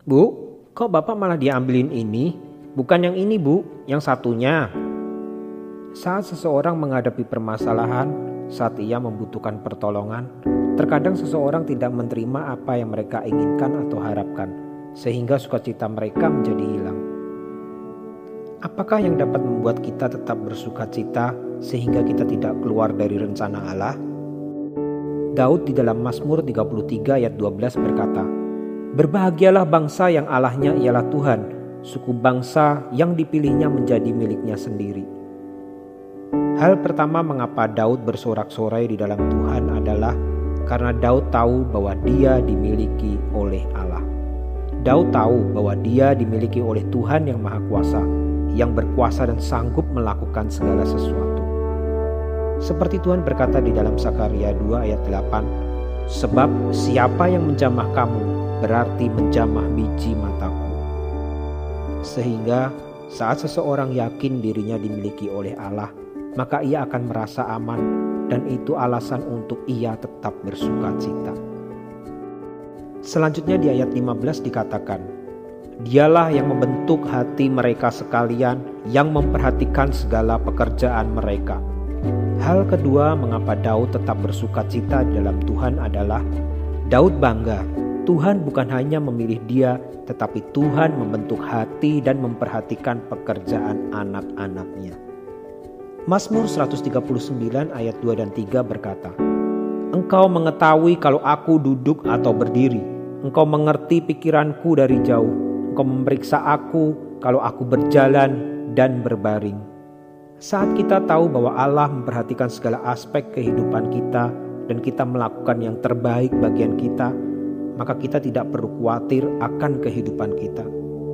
Bu, kok Bapak malah diambilin ini? Bukan yang ini Bu, yang satunya. Saat seseorang menghadapi permasalahan, saat ia membutuhkan pertolongan, terkadang seseorang tidak menerima apa yang mereka inginkan atau harapkan, sehingga sukacita mereka menjadi hilang. Apakah yang dapat membuat kita tetap bersukacita sehingga kita tidak keluar dari rencana Allah? Daud di dalam Mazmur 33 ayat 12 berkata, "Berbahagialah bangsa yang Allahnya ialah Tuhan, suku bangsa yang dipilihnya menjadi miliknya sendiri." Hal pertama mengapa Daud bersorak-sorai di dalam Tuhan adalah karena Daud tahu bahwa dia dimiliki oleh Allah. Daud tahu bahwa dia dimiliki oleh Tuhan yang Maha Kuasa, yang berkuasa dan sanggup melakukan segala sesuatu. Seperti Tuhan berkata di dalam Sakaria 2 ayat 8, "Sebab siapa yang menjamah kamu berarti menjamah biji mataku." Sehingga saat seseorang yakin dirinya dimiliki oleh Allah, maka ia akan merasa aman, dan itu alasan untuk ia tetap bersukacita. Selanjutnya di ayat 15 dikatakan, "Dialah yang membentuk hati mereka sekalian, yang memperhatikan segala pekerjaan mereka." Hal kedua mengapa Daud tetap bersukacita di dalam Tuhan adalah Daud bangga Tuhan bukan hanya memilih dia, tetapi Tuhan membentuk hati dan memperhatikan pekerjaan anak-anaknya. Mazmur 139 ayat 2 dan 3 berkata, "Engkau mengetahui kalau aku duduk atau berdiri. Engkau mengerti pikiranku dari jauh. Engkau memeriksa aku kalau aku berjalan dan berbaring." Saat kita tahu bahwa Allah memperhatikan segala aspek kehidupan kita dan kita melakukan yang terbaik bagian kita, maka kita tidak perlu khawatir akan kehidupan kita.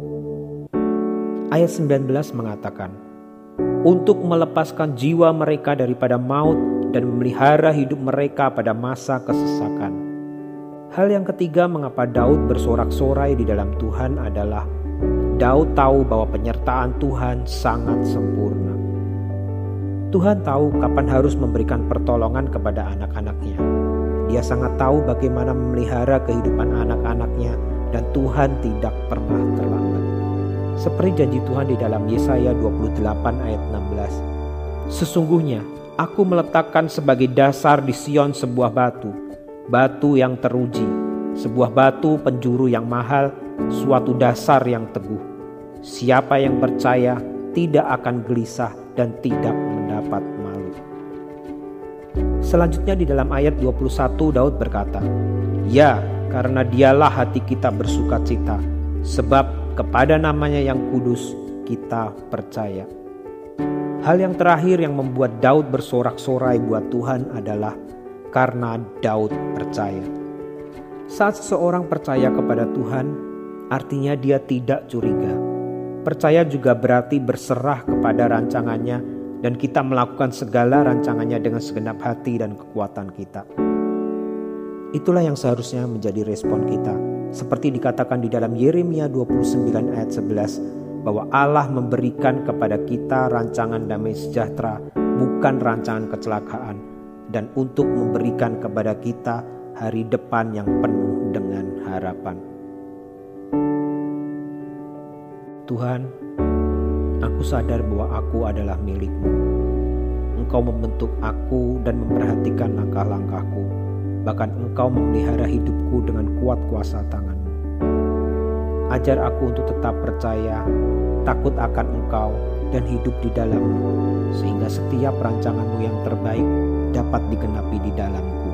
Ayat 19 mengatakan, "Untuk melepaskan jiwa mereka daripada maut dan memelihara hidup mereka pada masa kesesakan." Hal yang ketiga mengapa Daud bersorak-sorai di dalam Tuhan adalah Daud tahu bahwa penyertaan Tuhan sangat sempurna. Tuhan tahu kapan harus memberikan pertolongan kepada anak-anaknya. Dia sangat tahu bagaimana memelihara kehidupan anak-anaknya, dan Tuhan tidak pernah terlambat. Seperti janji Tuhan di dalam Yesaya 28 ayat 16. "Sesungguhnya aku meletakkan sebagai dasar di Sion sebuah batu, batu yang teruji, sebuah batu penjuru yang mahal, suatu dasar yang teguh. Siapa yang percaya tidak akan gelisah dan tidak mendapat malu." Selanjutnya di dalam ayat 21 Daud berkata, "Ya, karena dialah hati kita bersukacita, sebab kepada namanya yang kudus kita percaya." Hal yang terakhir yang membuat Daud bersorak-sorai buat Tuhan adalah karena Daud percaya. Saat seseorang percaya kepada Tuhan, artinya dia tidak curiga. Percaya juga berarti berserah kepada rancangannya, dan kita melakukan segala rancangannya dengan segenap hati dan kekuatan kita. Itulah yang seharusnya menjadi respon kita. Seperti dikatakan di dalam Yeremia 29 ayat 11, bahwa Allah memberikan kepada kita rancangan damai sejahtera, bukan rancangan kecelakaan, dan untuk memberikan kepada kita hari depan yang penuh dengan harapan. Tuhan, aku sadar bahwa aku adalah milik-Mu. Engkau membentuk aku dan memperhatikan langkah-langkahku. Bahkan Engkau memelihara hidupku dengan kuat kuasa tangan-Mu. Ajar aku untuk tetap percaya, takut akan Engkau, dan hidup di dalam-Mu, sehingga setiap rancangan-Mu yang terbaik dapat digenapi di dalamku.